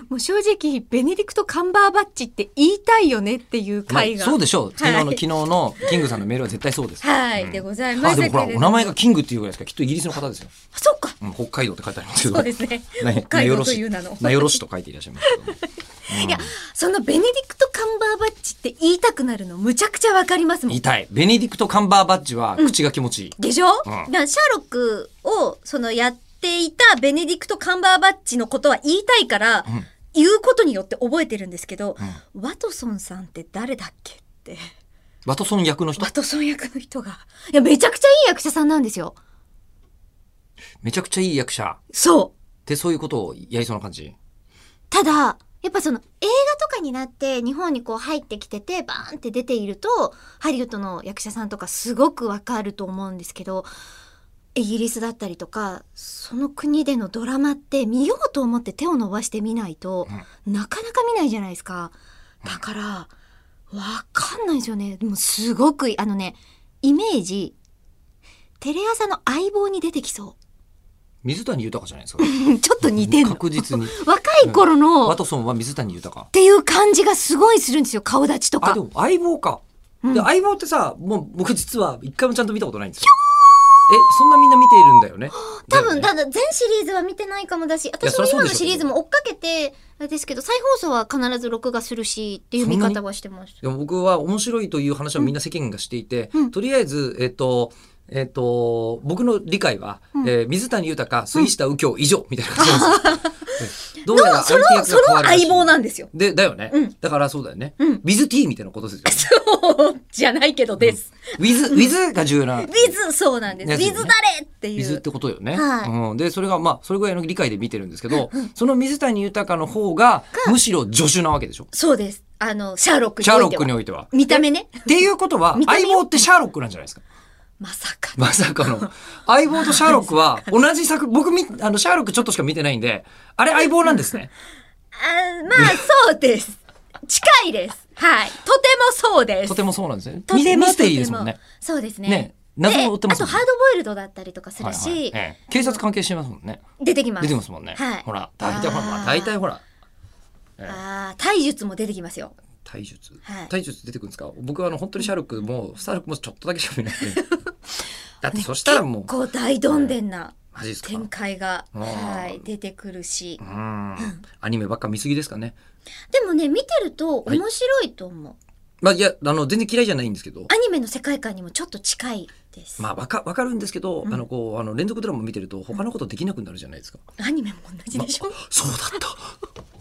もう正直ベネディクト・カンバーバッチって言いたいよねっていう回が、 そうでしょう。 はい昨日のキングさんのメールは絶対そうです。 はい、でございまあ、でもほらすけれども、 お名前がキングっていうぐらいですからきっとイギリスの方ですよ。 そっか、 北海道って書いてありますけど。 そうですね、 な北海道という名の名寄市と書いていらっしゃいますけども。 いや、そのベネディクト・カンバーバッチって言いたくなるのむちゃくちゃわかりますもん。 言いたい。ベネディクト・カンバーバッジは口が気持ちいい。 でしょ、 うんだからシャーロックをそのやっていたベネディクト・カンバーバッチのことは言いたいから、言うことによって覚えてるんですけど、ワトソンさんって誰だっけって。 ワトソン役の人。 ワトソン役の人が、いや、めちゃくちゃいい役者さんなんですよ。 めちゃくちゃいい役者そうでそういうことをやりそうな感じ。 ただやっぱその映画とかになって日本にこう入ってきててバーンって出ているとハリウッドの役者さんとかすごくわかると思うんですけど、イギリスだったりとかその国でのドラマって見ようと思って手を伸ばしてみないと、なかなか見ないじゃないですか。だからわかんないですよね。でもすごくイメージテレ朝の相棒に出てきそう水谷豊じゃないですか。 ちょっと似てんの。 確実に。 若い頃の、 ワトソンは水谷豊。 っていう感じがすごいするんですよ、顔立ちとか。 あ、でも相棒か。で相棒ってさ、もう僕実は一回もちゃんと見たことないんですよ。そんなみんな見ているんだよね。 多分、 だよね。 全シリーズは見てないかもだし、私そりゃそうでしょも今のシリーズも追っかけて、あれですけど、再放送は必ず録画するしっていう見方はしてました。 でも僕は面白いという話はみんな世間がしていて、とりあえず、僕の理解は、水谷豊、杉下右京以上みたいな感じなんですよ。どうやら相手役が変わるらしい。 その相棒なんですよ。 で、だよね。だからそうだよね。ウィズ T みたいなことですよね。 そうじゃないけどです。 ウィズが重要な。 ウィズ、そうなんです。ウィズ誰っていう。 ウィズってことよね。 はい。 で、それがそれぐらいの理解で見てるんですけど、その水谷豊の方がむしろ助手なわけでしょ。 そうです。シャーロックにおいては。 シャーロックにおいては。 見た目ね。 っていうことは、相棒ってシャーロックなんじゃないですか。まさかの。相棒とシャーロックは同じ作、僕シャーロックちょっとしか見てないんで、あれ相棒なんですね。 そうです。近いです。はい。とてもそうです。 とてもそうなんですね。 とてもミステリーですもんね。 そうですね。 ね。謎を追ってますもんね。 あとハードボイルドだったりとかするし、 警察関係してますもんね。 出てきます。 出てますもんね。ほら、大体ほら。 体術も出てきますよ。 体術出てくるんですか。僕は本当にシャーロックもちょっとだけしか見ないんで。だってそしたらもう結構大どんでんな展開が出てくるし、 アニメばっか見すぎですかね。 でもね、見てると面白いと思う。 いや全然嫌いじゃないんですけど、 アニメの世界観にもちょっと近いです。 わかるんですけど、連続ドラマ見てると他のことできなくなるじゃないですか。 アニメも同じでしょ。 そうだった。